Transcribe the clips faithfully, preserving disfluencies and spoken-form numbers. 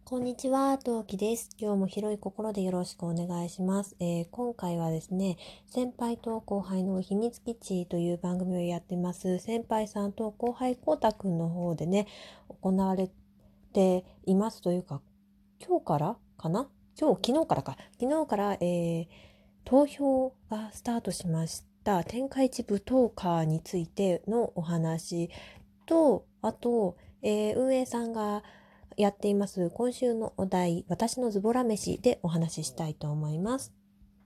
こんにちは、トウキです。今日も広い心でよろしくお願いします。えー今回はですね、先輩と後輩の秘密基地という番組をやってます。先輩さんと後輩こうたくんの方でね、行われていますというか、今日からかな今日、昨日からか。昨日から、えー投票がスタートしました。天下一武闘家についてのお話と、あと、えー運営さんがやっています今週のお題、私のズボラ飯でお話ししたいと思います。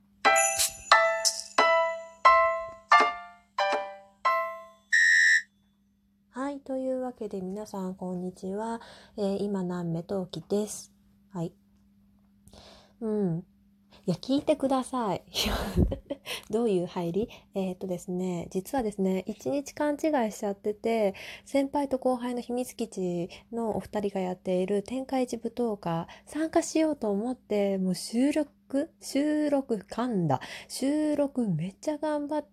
はい、というわけで皆さんこんにちは。えー今南目陶器です。はい。うん。いや、聞いてください。どういう入りえーっとですね、実はですね、一日勘違いしちゃってて、先輩と後輩の秘密基地のお二人がやっている天下一舞踏家、参加しようと思って、もう収録、収録噛んだ。収録めっちゃ頑張って、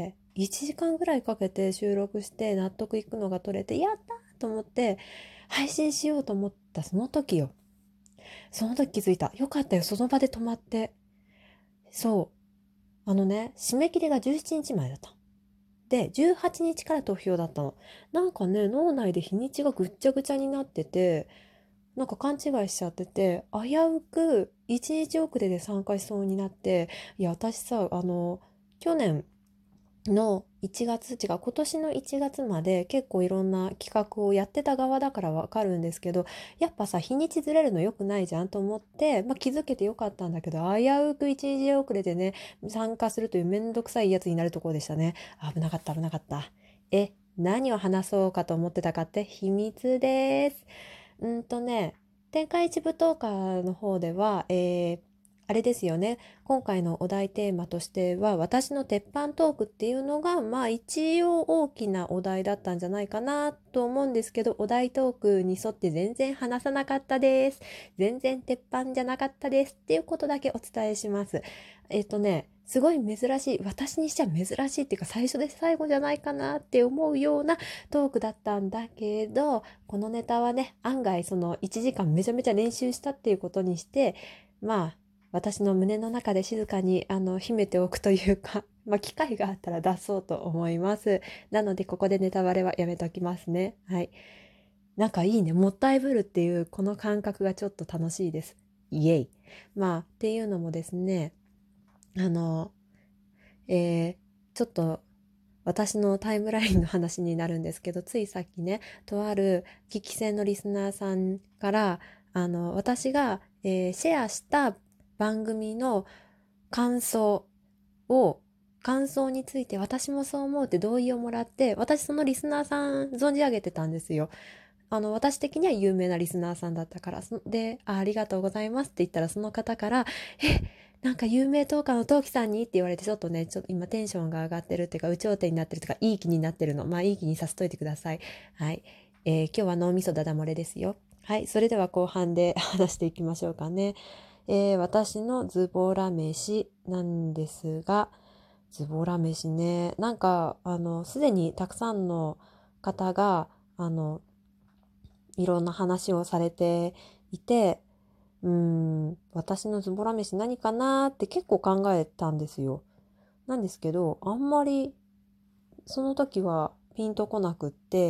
いちじかんぐらいかけて収録して納得いくのが取れて、やったーと思って、配信しようと思ったその時よ。その時気づいた。よかったよ、その場で止まって。そう。あのね、締め切りがじゅうしちにちまえだった。で、じゅうはちにちから投票だったの。なんかね、脳内で日にちがぐっちゃぐちゃになってて、なんか勘違いしちゃってて、危うくいちにち遅れで参加しそうになって、いや、私さ、あの、去年、のいちがつ、違う、今年のいちがつまで結構いろんな企画をやってた側だからわかるんですけど、やっぱさ、日にちずれるの良くないじゃんと思って、まあ、気づけてよかったんだけど、危うくいちにち遅れでね、参加するというめんどくさいやつになるところでしたね。危なかった、危なかった。え、何を話そうかと思ってたかって秘密です。うんとね、天下一武闘家の方では、えーあれですよね。今回のお題テーマとしては、私の鉄板トークっていうのが、まあ一応大きなお題だったんじゃないかなと思うんですけど、お題トークに沿って全然話さなかったです。全然鉄板じゃなかったですっていうことだけお伝えします。えっとね、すごい珍しい、私にしちゃ珍しいっていうか最初で最後じゃないかなって思うようなトークだったんだけど、このネタはね、案外そのいちじかんめちゃめちゃ練習したっていうことにして、まあ、私の胸の中で静かにあの秘めておくというか、まあ、機会があったら出そうと思います。なのでここでネタバレはやめときますね。はい。なんかいいね。もったいぶるっていうこの感覚がちょっと楽しいです。イエイ。まあっていうのもですね、あの、えーちょっと私のタイムラインの話になるんですけど、ついさっきね、とある聞き戦のリスナーさんから、あの、私が、えーシェアした番組の感想を、感想について私もそう思うって同意をもらって、私そのリスナーさん存じ上げてたんですよ。あの、私的には有名なリスナーさんだったから、そで、あ、ありがとうございますって言ったら、その方から、え、なんか有名トーカーのトウキさんにって言われて、ちょっとね、ちょっと今テンションが上がってるっていうか、有頂天になってるというか、いい気になってるの。まあ、いい気にさせといてください。はい。えー今日は脳みそダダ漏れですよ。はい。それでは後半で話していきましょうかね。えー私のズボラ飯なんですが、ズボラ飯ね。なんか、あの、すでにたくさんの方が、あの、いろんな話をされていて、うーん、私のズボラ飯何かなーって結構考えたんですよ。なんですけど、あんまりその時はピンとこなくって、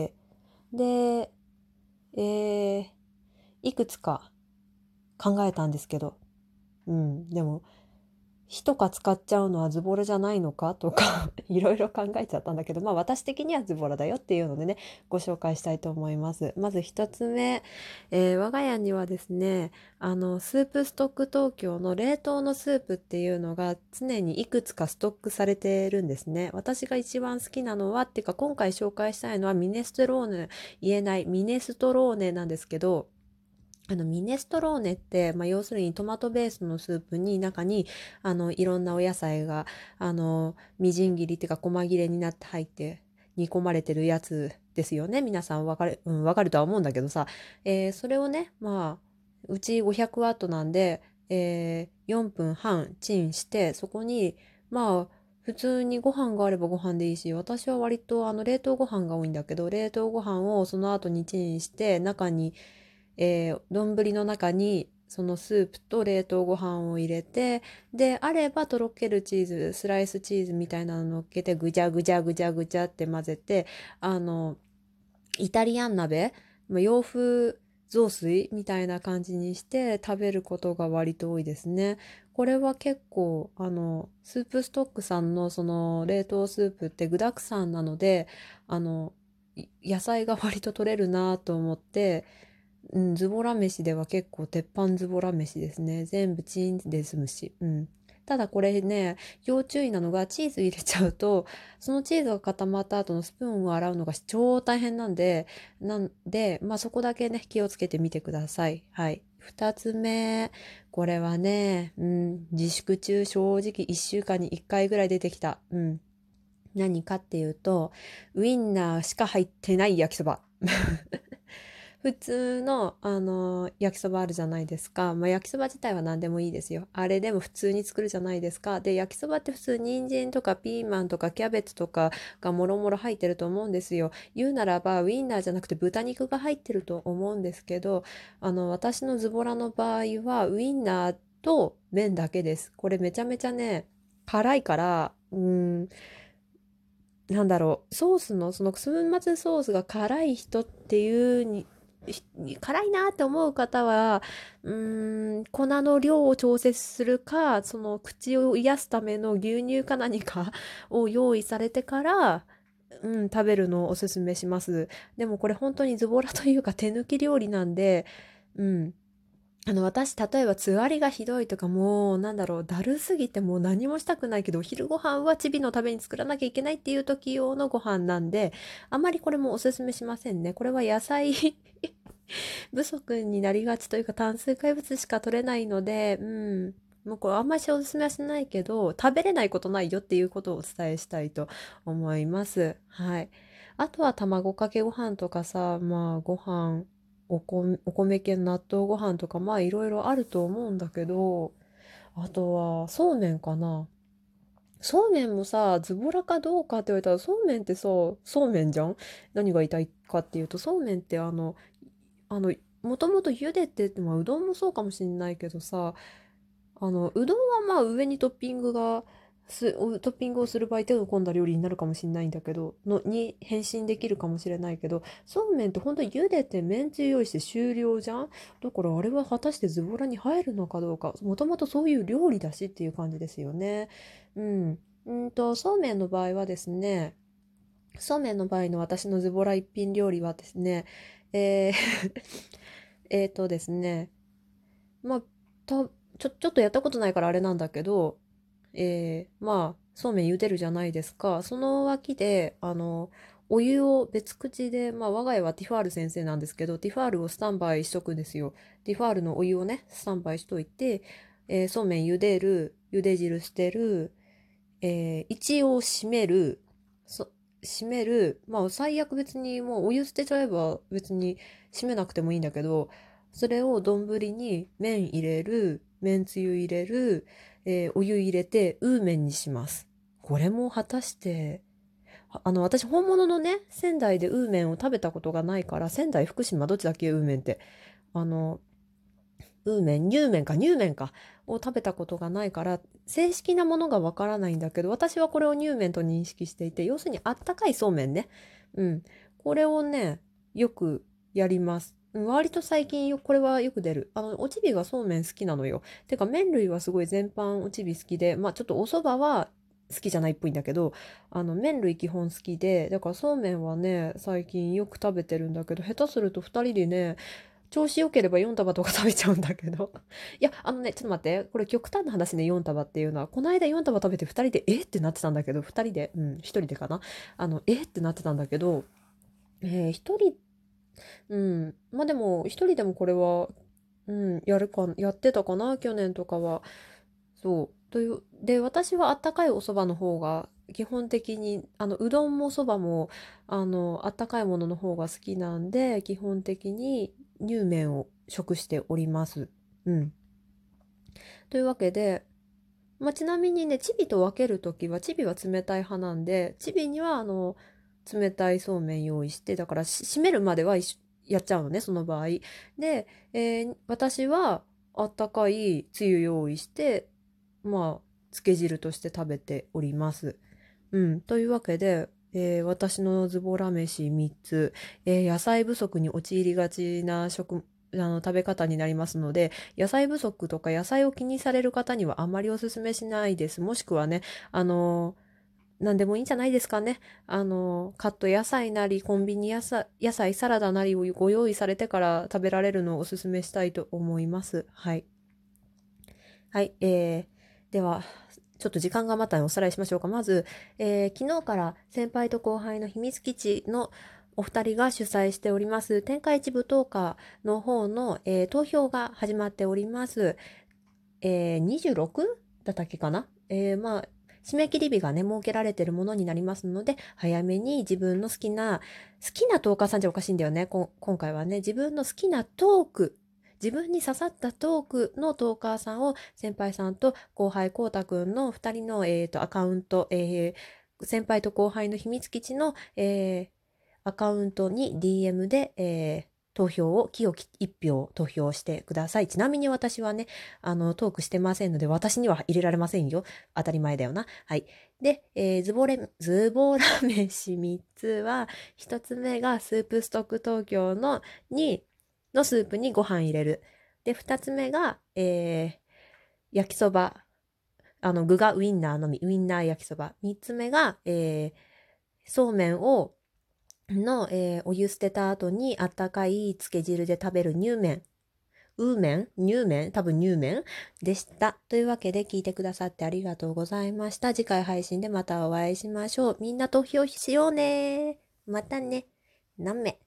で、えー、いくつか考えたんですけど、うん、でも火とか使っちゃうのはズボラじゃないのかとかいろいろ考えちゃったんだけど、まあ私的にはズボラだよっていうのでね、ご紹介したいと思います。まず一つ目、えー我が家にはですね、あの、スープストック東京の冷凍のスープっていうのが常にいくつかストックされてるんですね。私が一番好きなのは、っていうか今回紹介したいのはミネストローネ、言えないミネストローネなんですけど、あのミネストローネって、まあ、要するにトマトベースのスープに中にあのいろんなお野菜があのみじん切りっていうか細切れになって入って煮込まれてるやつですよね。皆さんわかる、うん、わかるとは思うんだけどさ、えーそれをね、まあうちごひゃくワットなんで、えーよんぷんはんチンして、そこにまあ普通にご飯があればご飯でいいし、私は割とあの冷凍ご飯が多いんだけど、冷凍ご飯をその後にチンして中にえー、丼の中にそのスープと冷凍ご飯を入れて、で、あればとろけるチーズ、スライスチーズみたいなの乗っけて、ぐちゃぐちゃぐちゃぐちゃって混ぜて、あの、イタリアン鍋、まあ洋風雑炊みたいな感じにして食べることが割と多いですね。これは結構、あの、スープストックさんのその冷凍スープって具沢山なので、あの、い野菜が割と取れるなと思って、うん、ズボラ飯では結構鉄板ズボラ飯ですね。全部チンで済むし。うん。ただこれね、要注意なのがチーズ入れちゃうと、そのチーズが固まった後のスプーンを洗うのが超大変なんで、なんで、まあそこだけね、気をつけてみてください。はい。二つ目、これはね、うん、自粛中正直一週間に一回ぐらい出てきた。うん。何かっていうと、ウインナーしか入ってない焼きそば。普通の、あの焼きそばあるじゃないですか。まあ、焼きそば自体は何でもいいですよ。あれでも普通に作るじゃないですか。で、焼きそばって普通人参とかピーマンとかキャベツとかがもろもろ入ってると思うんですよ。言うならばウインナーじゃなくて豚肉が入ってると思うんですけど、あの私のズボラの場合はウインナーと麺だけです。これめちゃめちゃね、辛いから、うーん、なんだろう、ソースの、その粉末ソースが辛い人っていうに、ひ辛いなって思う方は、うーん、粉の量を調節するか、その口を癒すための牛乳か何かを用意されてから、うん、食べるのをおすすめします。でもこれ本当にズボラというか手抜き料理なんで、うん、あの、私、例えば、つわりがひどいとか、もう、なんだろう、だるすぎてもう何もしたくないけど、お昼ご飯はチビのために作らなきゃいけないっていう時用のご飯なんで、あんまりこれもおすすめしませんね。これは野菜不足になりがちというか、炭水化物しか取れないので、うん。もうこれあんまりおすすめはしないけど、食べれないことないよっていうことをお伝えしたいと思います。はい。あとは卵かけご飯とかさ、まあご飯、おこ、お米系の納豆ご飯とか、まあいろいろあると思うんだけど、あとはそうめんかな。そうめんもさ、ズボラかどうかって言われたら、そうめんってさ、そうめんじゃん。何が言いたいかっていうと、そうめんってあの、あの、もともと茹でてって、まあ、うどんもそうかもしんないけどさ、あの、うどんはまあ上にトッピングが、す、トッピングをする場合手の込んだ料理になるかもしれないんだけど、の、に変身できるかもしれないけど、そうめんって本当に茹でてめんつゆ用意して終了じゃん。だからあれは果たしてズボラに入るのかどうか、もともとそういう料理だしっていう感じですよね。うん。うんと、そうめんの場合はですね、そうめんの場合の私のズボラ一品料理はですね、えーえーとですね、まあ、た、ちょ、ちょっとやったことないからあれなんだけど、えー、まあ、そうめん茹でるじゃないですか。その脇で、あの、お湯を別口で、まあ、我が家はティファール先生なんですけど、ティファールをスタンバイしとくんですよ。ティファールのお湯をね、スタンバイしといて、えーそうめん茹でる、茹で汁捨てる、えー一応閉める、そ、閉める、まあ最悪別にもうお湯捨てちゃえば別に閉めなくてもいいんだけど、それを丼に麺入れる、麺つゆ入れる、えーお湯入れて、ウーメンにします。これも果たして、ああの、私本物のね、仙台でウーメンを食べたことがないから、仙台、福島、どっちだっけ、ウーメンって。あの、ウーメン、乳麺か、乳麺か、を食べたことがないから、正式なものがわからないんだけど、私はこれを乳麺と認識していて、要するにあったかいそうめんね。うん。これをね、よくやります。うん割と最近よ、これはよく出る。あの、おちびがそうめん好きなのよ。てか、麺類はすごい全般おちび好きで、まあちょっとお蕎麦は好きじゃないっぽいんだけど、あの、麺類基本好きで、だからそうめんはね、最近よく食べてるんだけど、下手すると二人でね、調子良ければよん束とか食べちゃうんだけど。いや、あのね、ちょっと待って。これ極端な話ね、よん束っていうのは、この間よん束食べてふたりで、えってなってたんだけど、ふたりで、うん、ひとりでかな。あの、えってなってたんだけど、えー、ひとり、うん、まあでも、ひとりでもこれは、うん、やるか、やってたかな、去年とかは。そう。という、で、私はあったかいお蕎麦の方が、基本的に、あの、うどんもそばも、あの、あったかいものの方が好きなんで、基本的に乳麺を食しております。うん。というわけで、まあ、ちなみにね、チビと分けるときは、チビは冷たい派なんで、チビには、あの、冷たいそうめん用意して、だからし、閉めるまでは一緒やっちゃうのね、その場合。で、えー私はあったかいつゆ用意して、まあ、つけ汁として食べております。うん。というわけで、えー私のズボラ飯みっつ、えー野菜不足に陥りがちな食、あの食べ方になりますので、野菜不足とか野菜を気にされる方にはあまりおすすめしないです。もしくはね、あのー何でもいいんじゃないですかね。あのーカット野菜なり、コンビニ野菜、野菜サラダなりをご用意されてから食べられるのをおすすめしたいと思います。はい。はい、えー、では、ちょっと時間が余ったのでおさらいしましょうか。まず、えー昨日から先輩と後輩の秘密基地のお二人が主催しております、天下一舞踏家の方の、えー投票が始まっております。えー、にじゅうろく? だったっけかな、えーまあ、締め切り日がね、設けられているものになりますので、早めに自分の好きな、好きなトーカーさんじゃおかしいんだよね。こ今回はね、自分の好きなトーク、自分に刺さったトークのトーカーさんを先輩さんと後輩こうたくんのふたりの、えーとアカウント、えー先輩と後輩の秘密基地の、えーアカウントに ディーエム で、えー投票を、清き一票投票してください。ちなみに私はね、あの、トークしてませんので、私には入れられませんよ。当たり前だよな。はい。で、えーズボレ、ズボラ飯みっつは、ひとつめがスープストック東京のにのスープにご飯入れる。で、ふたつめが、えー焼きそば。あの、具がウインナーのみ、ウインナー焼きそば。みっつめが、えーそうめんを、の、えーお湯捨てた後にあったかいつけ汁で食べる乳麺。ウーメン乳麺多分乳麺でした。というわけで聞いてくださってありがとうございました。次回配信でまたお会いしましょう。みんな投票しようね。またね。なめ。